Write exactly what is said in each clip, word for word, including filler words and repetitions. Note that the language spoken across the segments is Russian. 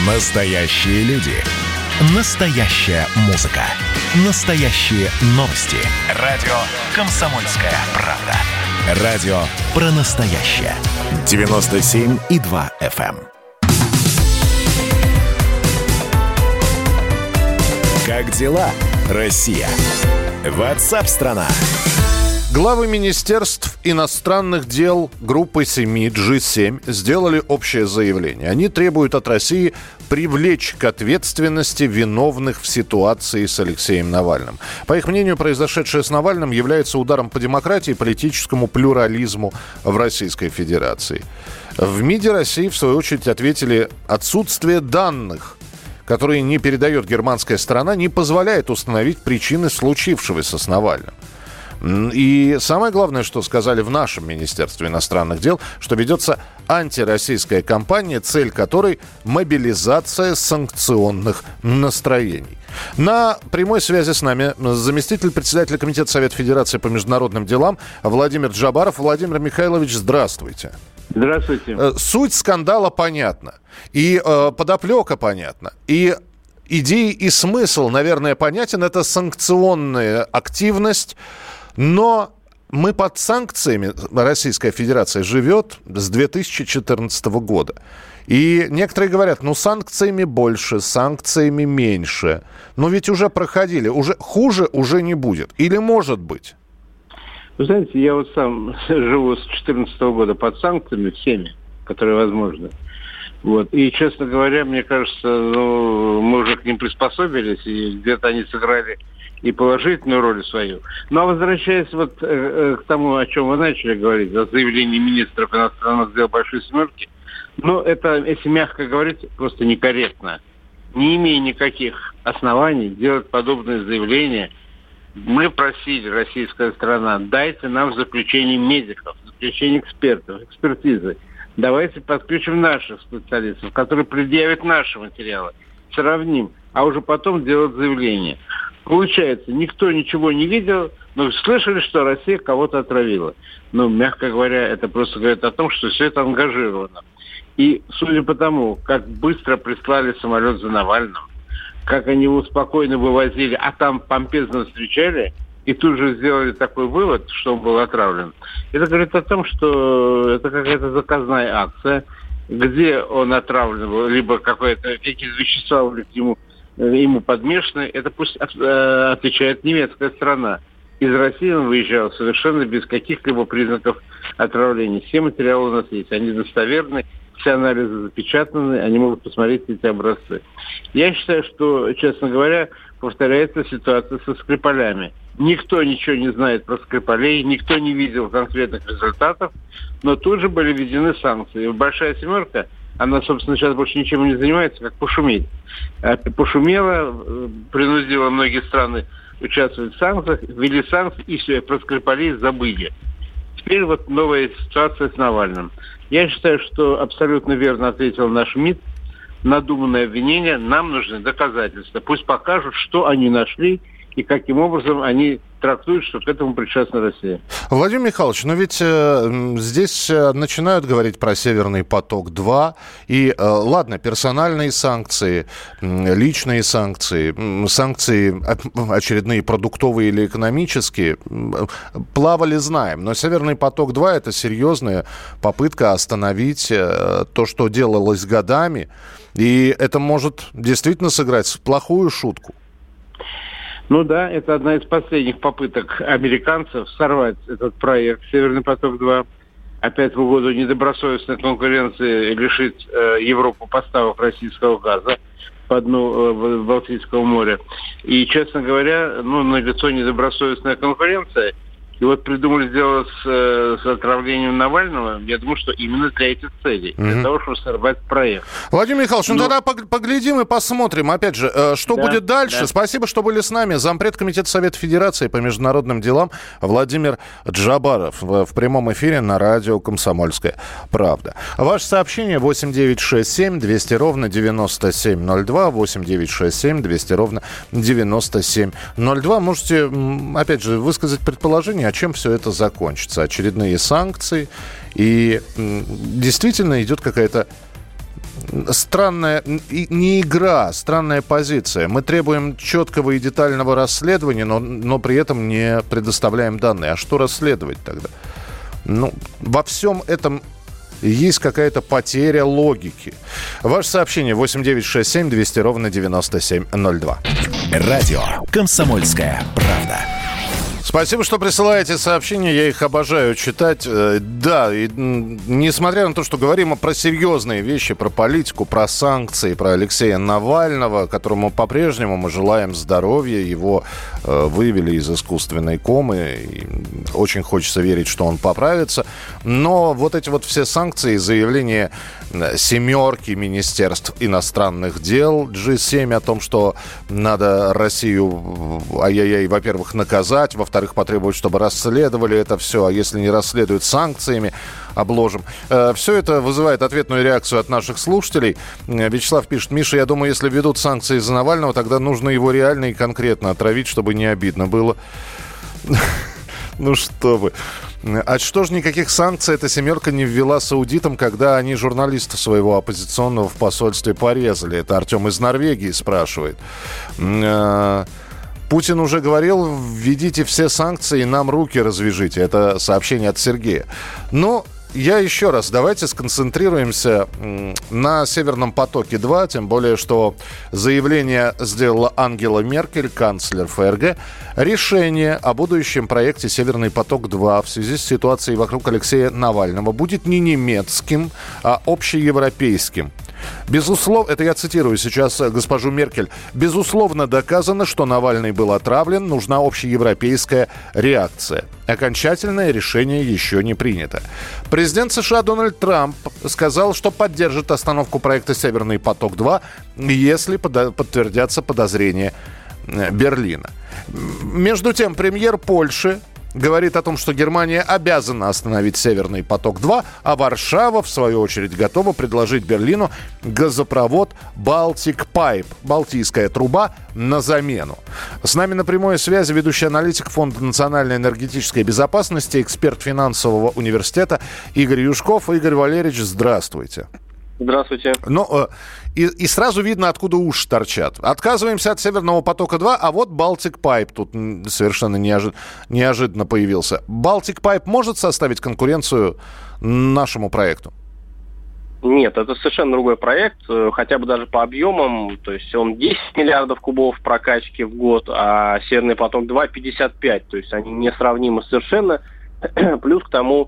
Настоящие люди. Настоящая музыка. Настоящие новости. Радио «Комсомольская правда». Радио про настоящее. девяносто семь и два эф эм. Как дела, Россия? Ватсап-страна! Главы министерств иностранных дел группы семи джи семь сделали общее заявление. Они требуют от России привлечь к ответственности виновных в ситуации с Алексеем Навальным. По их мнению, произошедшее с Навальным является ударом по демократии и политическому плюрализму в Российской Федерации. В МИДе России, в свою очередь, ответили: отсутствие данных, которые не передает германская сторона, не позволяет установить причины случившегося с Навальным. И самое главное, что сказали в нашем Министерстве иностранных дел, что ведется антироссийская кампания, цель которой – мобилизация санкционных настроений. На прямой связи с нами заместитель председателя Комитета Совета Федерации по международным делам Владимир Джабаров. Владимир Михайлович, здравствуйте. Здравствуйте. Суть скандала понятна, и э, подоплека понятна, и идея и смысл, наверное, понятен. Это санкционная активность. Но мы под санкциями, Российская Федерация живет с две тысячи четырнадцатого года. И некоторые говорят, ну, санкциями больше, санкциями меньше. Но ведь уже проходили, уже хуже уже не будет. Или может быть? Вы знаете, я вот сам живу с две тысячи четырнадцатого года под санкциями, всеми, которые возможны. Вот. И, честно говоря, мне кажется, ну, мы уже к ним приспособились, и где-то они сыграли и положительную роль свою. Ну, а возвращаясь вот э, э, к тому, о чем вы начали говорить, о заявлении министров иностранных дел Большой Семерки, ну, это, если мягко говорить, просто некорректно. Не имея никаких оснований делать подобные заявления, мы просили, российская сторона, дайте нам заключение медиков, заключение экспертов, экспертизы. Давайте подключим наших специалистов, которые предъявят наши материалы, сравним, а уже потом делать заявление. Получается, никто ничего не видел, но слышали, что Россия кого-то отравила. Ну, мягко говоря, это просто говорит о том, что все это ангажировано. И судя по тому, как быстро прислали самолет за Навальным, как они его спокойно вывозили, а там помпезно встречали, и тут же сделали такой вывод, что он был отравлен. Это говорит о том, что это какая-то заказная акция, где он отравлен был, либо какое-то, какие-то вещества были к нему, ему подмешаны, это пусть э, отвечает немецкая сторона. Из России он выезжал совершенно без каких-либо признаков отравления. Все материалы у нас есть, они достоверны, все анализы запечатаны, они могут посмотреть эти образцы. Я считаю, что, честно говоря, повторяется ситуация со Скрипалями. Никто ничего не знает про Скрипалей, никто не видел конкретных результатов, но тут же были введены санкции. Большая Семерка, она, собственно, сейчас больше ничем не занимается, как пошуметь. Пошумела, принудила многие страны участвовать в санкциях, ввели санкции, и все, про Скрипалей забыли. Теперь вот новая ситуация с Навальным. Я считаю, что абсолютно верно ответил наш МИД. Надуманное обвинение, нам нужны доказательства. Пусть покажут, что они нашли и каким образом они трактуют, что к этому причастна Россия. Владимир Михайлович, но ведь э, здесь э, начинают говорить про «Северный поток-два». И, э, ладно, персональные санкции, э, личные санкции, э, санкции очередные продуктовые или экономические, э, плавали, знаем. Но «Северный поток-два» — это серьезная попытка остановить э, то, что делалось годами. И это может действительно сыграть в плохую шутку. Ну да, это одна из последних попыток американцев сорвать этот проект «Северный поток-два». Опять в угоду недобросовестной конкуренции лишить э, Европу поставок российского газа по дну э, Балтийского моря. И, честно говоря, ну, налицо недобросовестная конкуренция. И вот придумали сделать с, с отравлением Навального, я думаю, что именно для этих целей, mm-hmm. для того, чтобы сорвать проект. Владимир Михайлович, ну, ну тогда поглядим и посмотрим, опять же, что да, будет дальше. Да. Спасибо, что были с нами. Зампред Комитета Совета Федерации по международным делам Владимир Джабаров в, в прямом эфире на радио «Комсомольская правда». Ваше сообщение восемь девятьсот шестьдесят семь двести ровно девяносто семь ноль два, восемь девятьсот шестьдесят семь двести ровно девяносто семь ноль два. Можете, опять же, высказать предположение, о чем все это закончится. Очередные санкции. И действительно идет какая-то Странная, не игра, странная позиция. Мы требуем четкого и детального расследования, но, но при этом не предоставляем данные. А что расследовать тогда? Ну, во всем этом есть какая-то потеря логики. Ваше сообщение восемь девятьсот шестьдесят семь двести ровно девяносто семь ноль два. Радио «Комсомольская правда». Спасибо, что присылаете сообщения, я их обожаю читать. Да, и, несмотря на то, что говорим про серьезные вещи, про политику, про санкции, про Алексея Навального, которому по-прежнему мы желаем здоровья, его э, вывели из искусственной комы, и очень хочется верить, что он поправится. Но вот эти вот все санкции, заявления семерки министерств иностранных дел джи семь о том, что надо Россию, ай-яй-яй, во-первых, наказать, во-вторых, потребовать, чтобы расследовали это все, а если не расследуют, санкциями обложим. Все это вызывает ответную реакцию от наших слушателей. Вячеслав пишет: Миша, я думаю, если введут санкции за Навального, тогда нужно его реально и конкретно отравить, чтобы не обидно было. Ну что вы. А что же никаких санкций эта семерка не ввела саудитам, когда они журналиста своего оппозиционного в посольстве порезали? Это Артем из Норвегии спрашивает. Путин уже говорил: введите все санкции, нам руки развяжите. Это сообщение от Сергея. Но я еще раз, давайте сконцентрируемся на «Северном потоке-два», тем более, что заявление сделала Ангела Меркель, канцлер эф эр гэ. Решение о будущем проекте «Северный поток-два» в связи с ситуацией вокруг Алексея Навального будет не немецким, а общеевропейским. Безусловно, это я цитирую сейчас госпожу Меркель, безусловно доказано, что Навальный был отравлен, нужна общеевропейская реакция. Окончательное решение еще не принято. Президент США Дональд Трамп сказал, что поддержит остановку проекта «Северный поток-два», если подтвердятся подозрения Берлина. Между тем, премьер Польши говорит о том, что Германия обязана остановить «Северный поток-два», а Варшава, в свою очередь, готова предложить Берлину газопровод «Балтик Пайп», «Балтийская труба», на замену. С нами на прямой связи ведущий аналитик Фонда национальной энергетической безопасности, эксперт финансового университета Игорь Юшков. Игорь Валерьевич, здравствуйте. Здравствуйте. Ну, и, и сразу видно, откуда уши торчат. Отказываемся от «Северного потока-два», а вот «Балтик Пайп» тут совершенно неожи- неожиданно появился. «Балтик Пайп» может составить конкуренцию нашему проекту? Нет, это совершенно другой проект, хотя бы даже по объемам, то есть он десять миллиардов кубов прокачки в год, а «Северный поток-два» пятьдесят пять, то есть они несравнимы совершенно. Плюс к тому,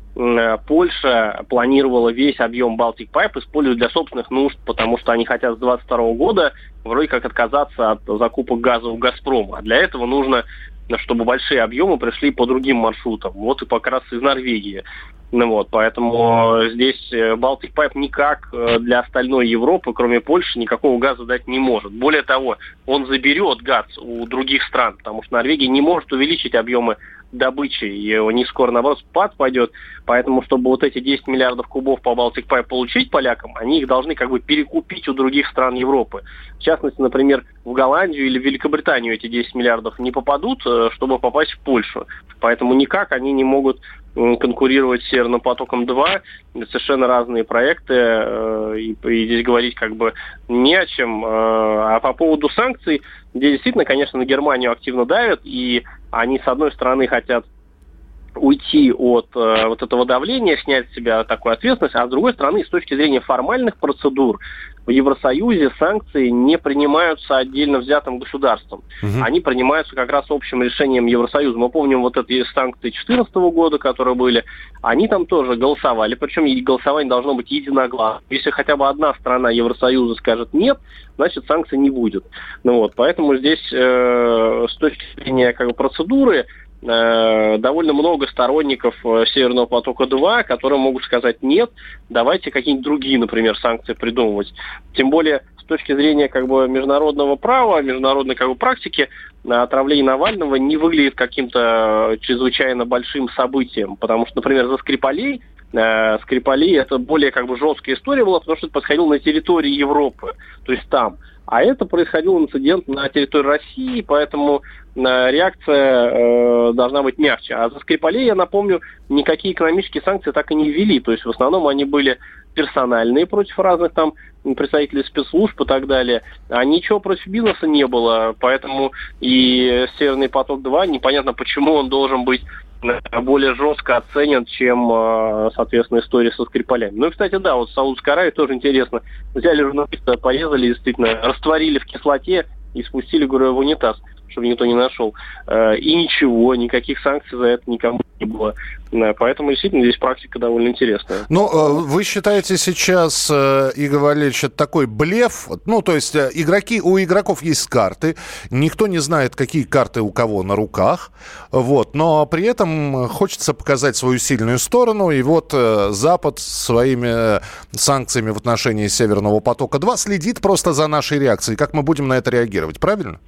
Польша планировала весь объем Baltic Pipe использовать для собственных нужд, потому что они хотят с двадцать второго года вроде как отказаться от закупок газа у «Газпрома». А для этого нужно, чтобы большие объемы пришли по другим маршрутам. Вот и как раз из Норвегии. Ну вот, поэтому здесь Baltic Pipe никак для остальной Европы, кроме Польши, никакого газа дать не может. Более того, он заберет газ у других стран, потому что Норвегия не может увеличить объемы добычи, и у них скоро, наоборот, спад пойдет. Поэтому, чтобы вот эти десять миллиардов кубов по Baltic Pipe получить полякам, они их должны как бы перекупить у других стран Европы. В частности, например, в Голландию или в Великобританию эти десять миллиардов не попадут, чтобы попасть в Польшу. Поэтому никак они не могут конкурировать с «Северным потоком-два». Это совершенно разные проекты, и, и здесь говорить как бы не о чем. А по поводу санкций, здесь действительно, конечно, на Германию активно давят, и они, с одной стороны, хотят уйти от э, вот этого давления, снять с себя такую ответственность, а с другой стороны, с точки зрения формальных процедур, в Евросоюзе санкции не принимаются отдельно взятым государством. Угу. Они принимаются как раз общим решением Евросоюза. Мы помним вот эти санкции две тысячи четырнадцатого года, которые были, они там тоже голосовали, причем голосование должно быть единогласным. Если хотя бы одна страна Евросоюза скажет «нет», значит санкций не будет. Ну вот, поэтому здесь э, с точки зрения как бы, процедуры, довольно много сторонников «Северного потока-два», которые могут сказать «нет, давайте какие-нибудь другие, например, санкции придумывать». Тем более, с точки зрения как бы, международного права, международной как бы, практики, отравление Навального не выглядит каким-то чрезвычайно большим событием. Потому что, например, за Скрипалей, э, Скрипалей это более как бы, жесткая история была, потому что это происходило на территории Европы, то есть там. А это происходил инцидент на территории России, поэтому э, реакция э, должна быть мягче. А за Скрипалей, я напомню, никакие экономические санкции так и не ввели. То есть в основном они были персональные против разных там представителей спецслужб и так далее. А ничего против бизнеса не было, поэтому и «Северный поток-два», непонятно, почему он должен быть более жестко оценен, чем, соответственно, история со Скрипалями. Ну и, кстати, да, вот в Саудовской Аравии тоже интересно. Взяли журналиста, порезали, действительно, растворили в кислоте и спустили, говорю, в унитаз, чтобы никто не нашел. И ничего, никаких санкций за это никому не было. Поэтому, действительно, здесь практика довольно интересная. Ну, вы считаете сейчас, Игорь Валерьевич, это такой блеф? Ну, то есть игроки, у игроков есть карты, никто не знает, какие карты у кого на руках, вот, но при этом хочется показать свою сильную сторону, и вот Запад своими санкциями в отношении «Северного потока-два» следит просто за нашей реакцией, как мы будем на это реагировать, правильно?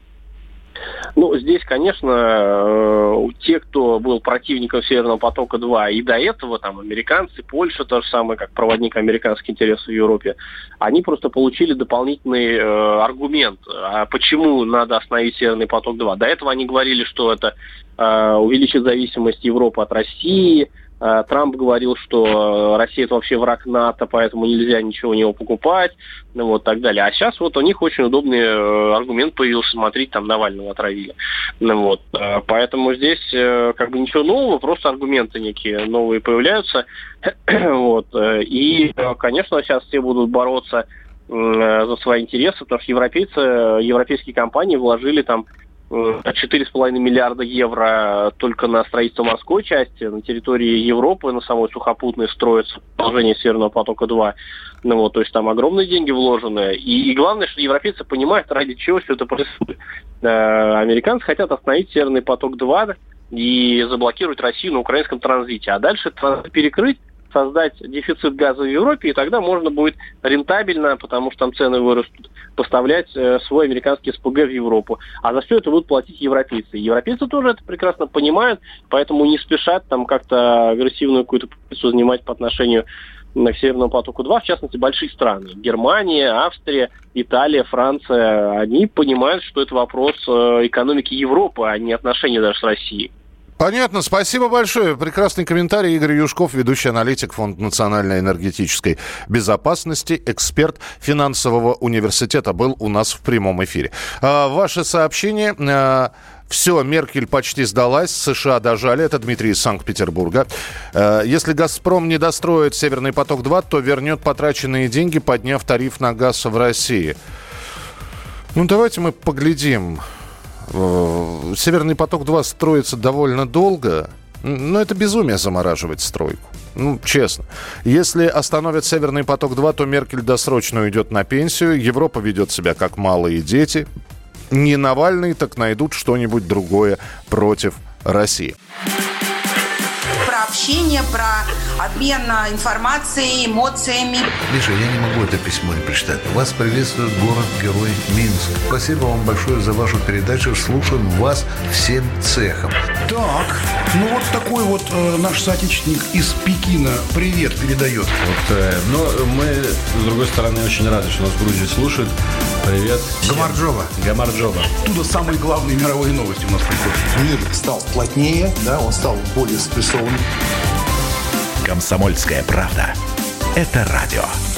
Ну, здесь, конечно, те, кто был противником «Северного потока-два» и до этого, там, американцы, Польша, то же самое, как проводник американских интересов в Европе, они просто получили дополнительный э, аргумент, а почему надо остановить «Северный поток-два». До этого они говорили, что это э, увеличит зависимость Европы от России. Трамп говорил, что Россия – это вообще враг НАТО, поэтому нельзя ничего у него покупать, ну вот так далее. А сейчас вот у них очень удобный аргумент появился, смотрите, там Навального отравили. Ну вот, поэтому здесь как бы ничего нового, просто аргументы некие новые появляются. Вот. И, конечно, сейчас все будут бороться за свои интересы, потому что европейцы, европейские компании вложили там четыре с половиной миллиарда евро только на строительство морской части. На территории Европы, на самой сухопутной, строится продолжение «Северного потока-два». Ну, вот, то есть там огромные деньги вложены. И, и главное, что европейцы понимают, ради чего все это происходит. Э, американцы хотят остановить «Северный поток-два» и заблокировать Россию на украинском транзите. А дальше транзит перекрыть, создать дефицит газа в Европе, и тогда можно будет рентабельно, потому что там цены вырастут, поставлять э, свой американский СПГ в Европу. А за все это будут платить европейцы. Европейцы тоже это прекрасно понимают, поэтому не спешат там как-то агрессивную какую-то позицию занимать по отношению к «Северному потоку-два», в частности, большие страны. Германия, Австрия, Италия, Франция. Они понимают, что это вопрос э, экономики Европы, а не отношений даже с Россией. Понятно, спасибо большое. Прекрасный комментарий. Игорь Юшков, ведущий аналитик Фонда национальной энергетической безопасности, эксперт финансового университета, был у нас в прямом эфире. А, ваше сообщение. А, все, Меркель почти сдалась, США дожали. Это Дмитрий из Санкт-Петербурга. А, если «Газпром» не достроит «Северный поток-два», то вернет потраченные деньги, подняв тариф на газ в России. Ну, давайте мы поглядим. «Северный поток-два» строится довольно долго, но это безумие замораживать стройку. Ну, честно. Если остановят «Северный поток-два», то Меркель досрочно уйдет на пенсию, Европа ведет себя как малые дети. Не Навальный, так найдут что-нибудь другое против России. Про общение, про обмен информацией, эмоциями. Миша, я не могу это письмо не прочитать. Вас приветствует город-герой Минск. Спасибо вам большое за вашу передачу. Слушаем вас всем цехом. Так, ну вот такой вот э, наш соотечественник из Пекина привет передает. Вот, э, но мы, с другой стороны, очень рады, что нас в Грузии слушают. Привет. Гамарджоба. Гамарджоба. Оттуда самые главные мировые новости у нас приходят. Мир стал плотнее, да, он стал более спрессованным. «Комсомольская правда» — это радио.